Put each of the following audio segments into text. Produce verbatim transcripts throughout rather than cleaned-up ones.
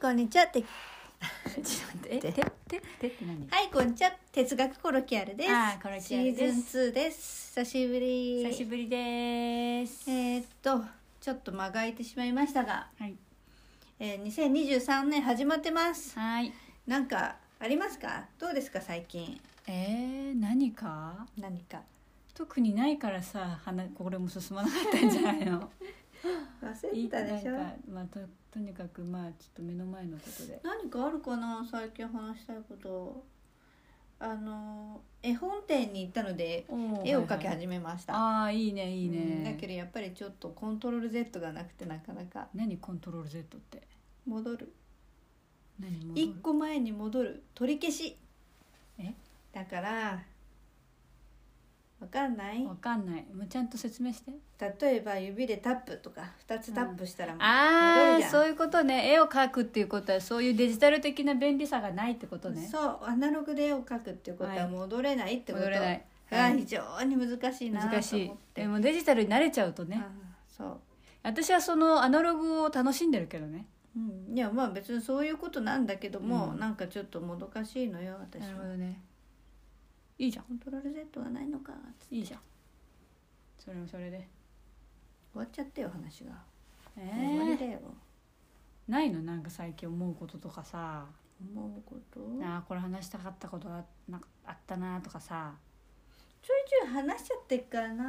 こんにちはてちょっと待ってえててててって何？ はいこんにちは哲学コロキャルです。 あーコロキャルです。 シーズンツーです。久しぶり久しぶりです。 えー、っとちょっと間が空いてしまいましたが、 はいえー、にせんにじゅうさんねん始まってます。 はいなんかありますか？どうですか最近？ えー、何か何か特にないからさ話これも進まなかったんじゃないの？ 忘れてたでしょ。 なんか、まあ、と, とにかくまあちょっと目の前のことで何かあるかな最近話したいこと。あの絵本店に行ったので絵を描き始めました。 はいはい、ああいいねいいね、 うん、だけどやっぱりちょっとコントロール Z がなくてなかなか。 何コントロール Z って戻る何戻る一個前に戻る取り消しえだからわかんない。 わかんないもうちゃんと説明して。 例えば指でタップとかふたつタップしたら戻あるじゃん、 あそういうことね。絵を描くっていうことはそういうデジタル的な便利さがないってことね。 そうアナログで絵を描くっていうことは戻れないってこと、 戻れないが非常に難しいなと思って。 難しい。でもデジタルに慣れちゃうとね。 そう私はそのアナログを楽しんでるけどね。 うん、いやまあ別にそういうことなんだけども、 うん、 なんかちょっともどかしいのよ私は。 なるほどね。いいじゃん。 コントロール Z がないのかいいじゃん。それもそれで終わっちゃってよ話が。 えー、終わりだよ。 ないのなんか最近思うこととかさ。 思うこと？ あこれ話したかったことがなんかあったなとかさ。 ちょいちょい話しちゃってっからな。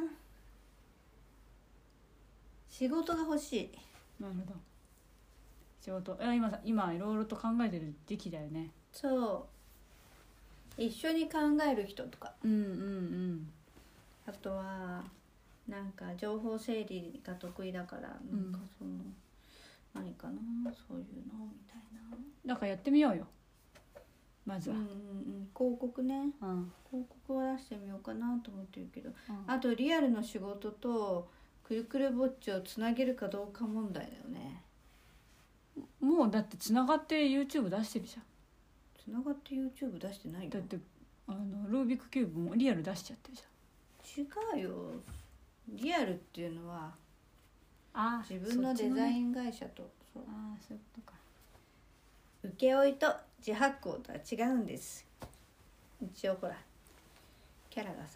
仕事が欲しい。 なるほど。仕事いや今さ今いろいろと考えてる時期だよね。 そう一緒に考える人とか、 うんうんうんあとはなんか情報整理が得意だからなんかその、うん、何かなそういうのみたいな。 だからやってみようよまずは。 うんうんうん、広告ね、 うん、 広告を出してみようかなと思ってるけど、 うん、 あとリアルの仕事とくるくるぼっちをつなげるかどうか問題だよね。 もうだってつながって YouTube 出してるじゃん。 つながって YouTube 出してないよ。 だってあのルービックキューブもリアル出しちゃってるじゃん。 違うよ。リアルっていうのはあ自分のデザイン会社と、そう、 あそういうことか。 請負と自発行とは違うんです。一応ほらキャラがさ、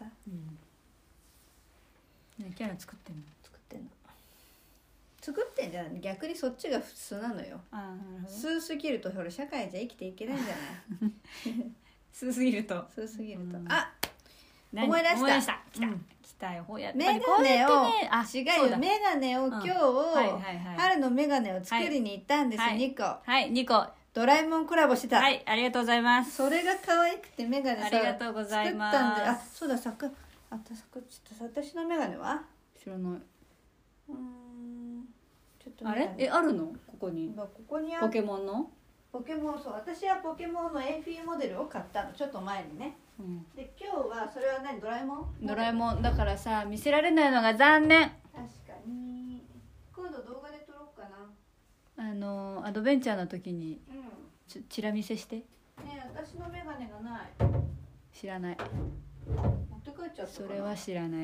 うんね、キャラ作ってんの作ってんの作ってんじゃない。逆にそっちが普通なのよ。 あなるほど。 数すぎるとほら社会じゃ生きていけないんじゃない数すぎると数すぎると、 うん、 あ思思い出した。 思い出した来た、うん、来たよ。やっぱりメガネを、 ね、あ違うよメガネを今日、うんはいはいはい、春のメガネを作りに行ったんです、はい、にこはいにこドラえもんコラボしてた。 はいありがとうございます。 それが可愛くてメガネさありがとうございます。 作ったんで、あそうださくあたさくちょっと私のメガネは知らない。 うーんちょっとあれえあるのここに。 ここにあポケモンのポケモンそう私はポケモンのエーフィーモデルを買ったのちょっと前にね、うん、で今日はそれは何ドラえもんドラえもんだからさ見せられないのが残念。 確かに今度動画で撮ろうかな。 あのアドベンチャーの時に、うん、ち, ちら見せして。ねえ私のメガネがない。 知らない。 持って帰っちゃったかな。 それは知らない。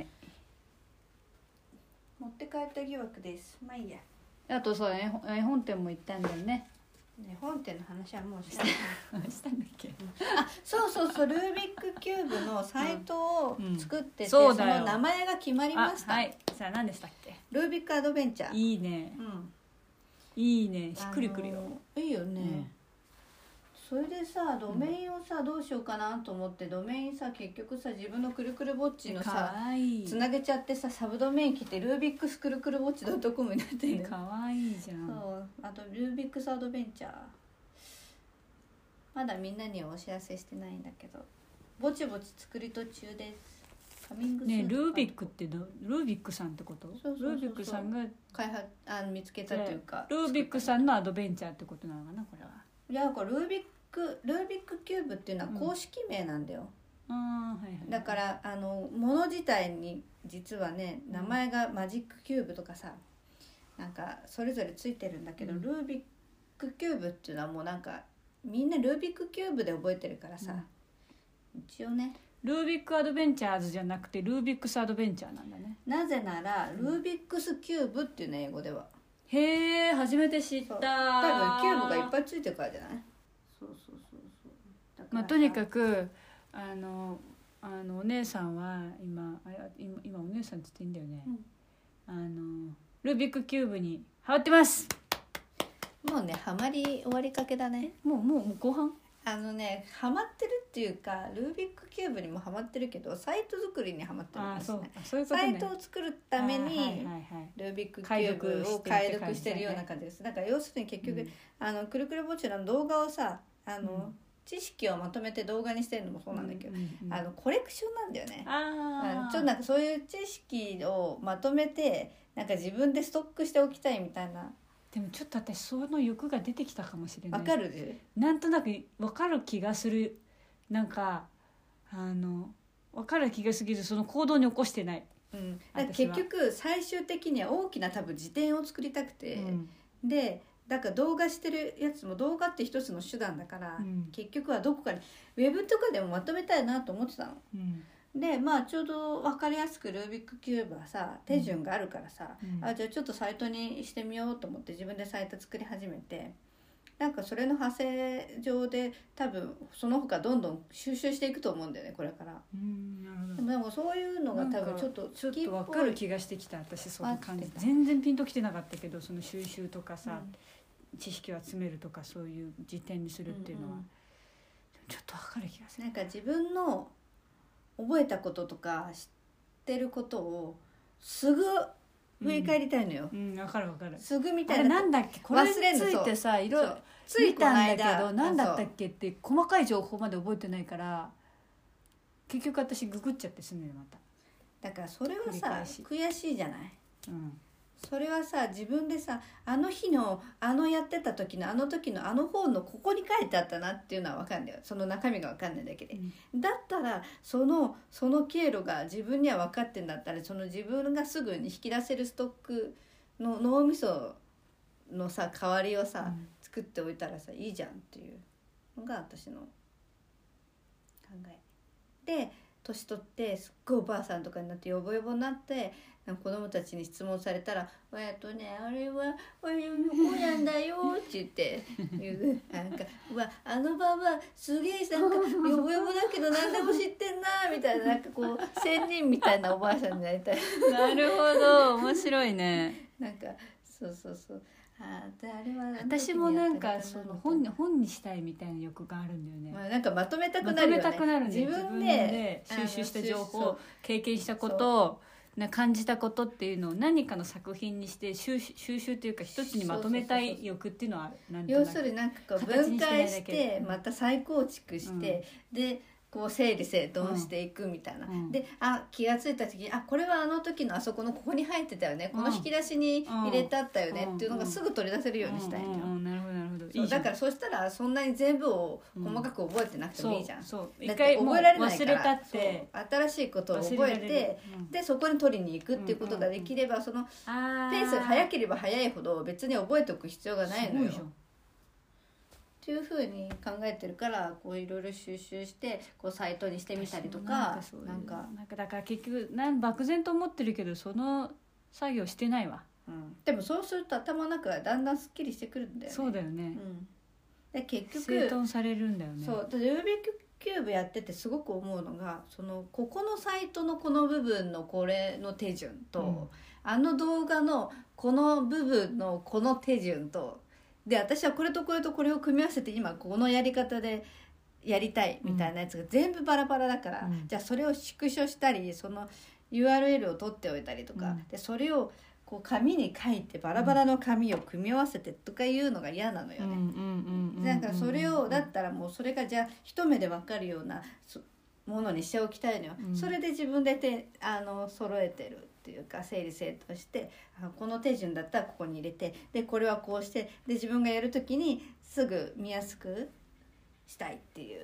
持って帰った疑惑です。まあいいや。 あとそう絵本、絵本店も行ったんだよね。 絵本店の話はもうしたしたんだっけ。 あそうそうそうルービックキューブのサイトを作ってて、うん、 そ, その名前が決まりました。 はいさあ何でしたっけ。 ルービックアドベンチャー。 いいね、うん、いいねしっくりくるよ、 あのー、いいよね、うん、それでさドメインをさどうしようかなと思ってドメインさ結局さ自分のくるくるぼっちのさつなげちゃってさサブドメイン来てルービックスくるくるぼっち .com になってる。 かわいいじゃん。 そうあとルービックスアドベンチャーまだみんなにはお知らせしてないんだけどぼちぼち作り途中です。カミングスねルービックってどルービックさんってこと？ そうそうそうそうルービックさんが開発あ見つけたというかルービックさんのアドベンチャーってことなのかなこれは。 いやこれルービックルービックキューブっていうのは公式名なんだよ、 うんあはいはい、 だからあの物自体に実はね名前がマジックキューブとかさなんかそれぞれついてるんだけど、うん、ルービックキューブっていうのはもうなんかみんなルービックキューブで覚えてるからさ、うん、一応ねルービックアドベンチャーズじゃなくてルービックスアドベンチャーなんだね。 なぜならルービックスキューブっていうの英語ではへえ初めて知っそうた。 多分キューブがいっぱいついてるからじゃない。そうそうそうそうだからまあ、とにかくあのあのお姉さんは今あれ今今お姉さんって言っていいんだよね、うん、あのルービックキューブにハマってます。 もうねハマり終わりかけだね。 もうもうもう後半。 あのねハマってるっていうかルービックキューブにもハマってるけどサイト作りにハマってるんですね。 あそう、そういうことね。 サイトを作るために、 はいはいはい、 ルービックキューブを解読してるような感じです。だから要するに結局、うん、あのくるくるぼっちの動画をさあの、うん知識をまとめて動画にしてるのもそうなんだけど、うんうんうん、あのコレクションなんだよね。あちょっとなんかそういう知識をまとめてなんか自分でストックしておきたいみたいな。 でもちょっと私その欲が出てきたかもしれない。 わかる？ なんとなくわかる気がする。なんかあのわかる気がすぎずその行動に起こしてない、 うん、だから結局最終的には大きな多分辞典を作りたくて、うん、でだから動画してるやつも動画って一つの手段だから、うん、結局はどこかにウェブとかでもまとめたいなと思ってたの、うん、でまあちょうど分かりやすくルービックキューブはさ手順があるからさ、うん、あじゃあちょっとサイトにしてみようと思って自分でサイト作り始めてなんかそれの派生上で多分その他どんどん収集していくと思うんだよねこれから。うんなるほど。でもでもそういうのが多分ちょっとちょっと分かる気がしてきた。私その感じ全然ピンときてなかったけどその収集とかさ、うん知識を集めるとかそういう辞典にするっていうのは、うんうん、ちょっと分かる気がする。 なんか自分の覚えたこととか知ってることをすぐ振り返りたいのよ。 うん、うん、分かる分かる。 すぐみたいな。 なんだっけこれについてさいろいろ見たんだけど何だったっけって細かい情報まで覚えてないから結局私ググっちゃってすんのよまた。 だからそれはさ悔しいじゃない。うんそれはさ自分でさあの日のあのやってた時のあの時のあの本のここに書いてあったなっていうのは分かるんだよ。その中身が分かんないだけで、うん、だったらそのその経路が自分には分かってんだったらその自分がすぐに引き出せるストックの脳みそのさ代わりをさ、うん、作っておいたらさいいじゃんっていうのが私の考えで年取ってすっごいおばあさんとかになってヨボヨボになって子供たちに質問されたら「えっとねあれは俺の子なんだよ」って言って言うなんか「うわあのばばすげえなんかヨボヨボだけど何でも知ってんな」みたいななんかこう仙人みたいなおばあさんになりたい。 なるほど面白いね。 なんかそうそうそうああれは私もなんかその 本, 本にしたいみたいな欲があるんだよね、 まあ、なんかまとめたくなるよね。まとめたくなるね。 自分で収集した情報経験したことを感じたことっていうのを何かの作品にして収集というか一つにまとめたい欲っていうのはある。なんとなく要するになんかこう分解してまた再構築して、うん、でこう整理整頓していくみたいな、うん、であ気がついた時にあこれはあの時のあそこのここに入ってたよね、うん、この引き出しに入れてあったよね、うん、っていうのがすぐ取り出せるようにしたいのよ、うんうん、 なるほどなるほど。 そうだからそしたらそんなに全部を細かく覚えてなくてもいいじゃん、 うん、そうそうだって覚えられないから忘れたって新しいことを覚えて、うん、でそこに取りに行くっていうことができれば、うんうんうん、そのペースが早ければ早いほど別に覚えておく必要がないのよっていう風に考えてるからこういろいろ収集してこうサイトにしてみたりとかなんかなんかなんかだから結局なん漠然と思ってるけどその作業してないわ、 うん、でもそうすると頭の中がだんだんすっきりしてくるんだよね。 そうだよね、 うん、で結局整頓されるんだよね。 そうルービックキューブやっててすごく思うのがそのここのサイトのこの部分のこれの手順と、うん、あの動画のこの部分のこの手順とで私はこれとこれとこれを組み合わせて今このやり方でやりたいみたいなやつが全部バラバラだから、うん、じゃあそれを縮小したりその ユーアールエル を取っておいたりとか、うん、でそれをこう紙に書いてバラバラの紙を組み合わせてとかいうのが嫌なのよね。なんかそれをだったらもうそれがじゃあ一目で分かるようなものにしておきたいのよ、うん、それで自分でてあの揃えてるっていうか整理整頓してあこの手順だったらここに入れてでこれはこうしてで自分がやるときにすぐ見やすくしたいっていう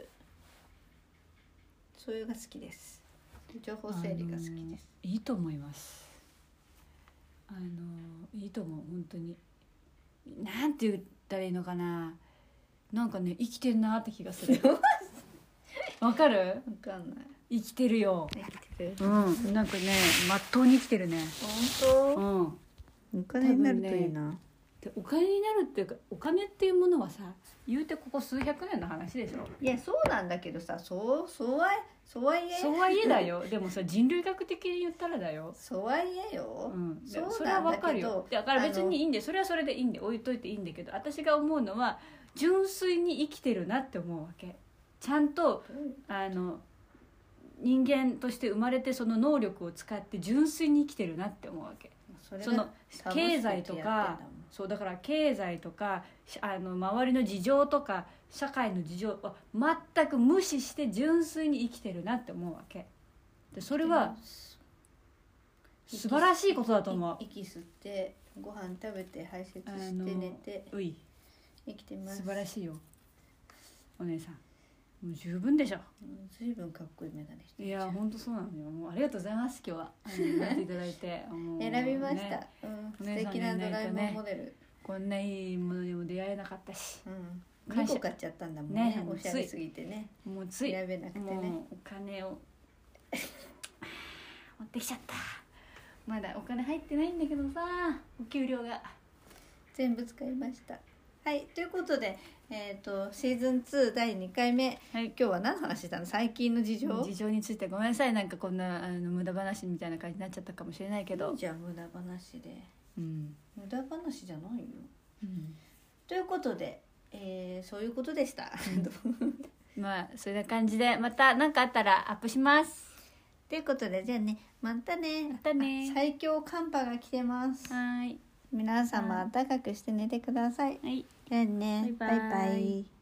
そういうのが好きです。情報整理が好きです。 いいと思います。あのいいと思う本当に。なんて言ったらいいのかな。なんかね生きてるなって気がする。わかる？わかんない。 生きてるよ。 生きてる。 うん。なんかねまっとうに生きてるね。 本当？ うん。 お金になるといいな。 ね、 でお金になるっていうかお金っていうものはさ言うてここ数百年の話でしょ。 いやそうなんだけどさ、そうそうはそうはいえそうはいえだよでもさ人類学的に言ったらだよ。 そうはいえよ、 うん、 そうそれはわかるよ。だから別にいいんで、それはそれでいいんで置いといていいんだけど、私が思うのは純粋に生きてるなって思うわけ。ちゃんとあの人間として生まれてその能力を使って純粋に生きてるなって思うわけ。 それその経済とかそうだから経済とかあの周りの事情とか社会の事情を全く無視して純粋に生きてるなって思うわけで、それは素晴らしいことだと思う。 息吸ってご飯食べて排泄して寝てうい生きてます。 素晴らしいよお姉さん、もう十分でしょ。 ずいぶんかっこいいメガネしてる。 いや本当そうなのよ。もうありがとうございます。今日はあのやっていただいてもう選びました、 ね、 うん、素敵なドラえもんモデル、ね、 こんないいものにも出会えなかったし、 うん、にこ買っちゃったんだもんね、ね、おしゃれすぎてね、 もうつい選べなくてね、 もうお金を持ってきちゃった。まだお金入ってないんだけどさ、お給料が全部使いました。はい、ということで、えー、とシーズンツーだいにかいめ、はい、今日は何の話したの？最近の事情事情についてごめんなさい。なんかこんなあの無駄話みたいな感じになっちゃったかもしれないけど、 いいじゃん無駄話で、 うん、 無駄話じゃないよ、 うん、 ということで、えー、そういうことでした、 うん、まあそういう感じでまた何かあったらアップします。 ということでじゃあね、またね、 またね。 最強寒波が来てます。 はい、 皆様暖かくして寝てください。 はい、 じゃあね、 バイバイ。 バイバイ。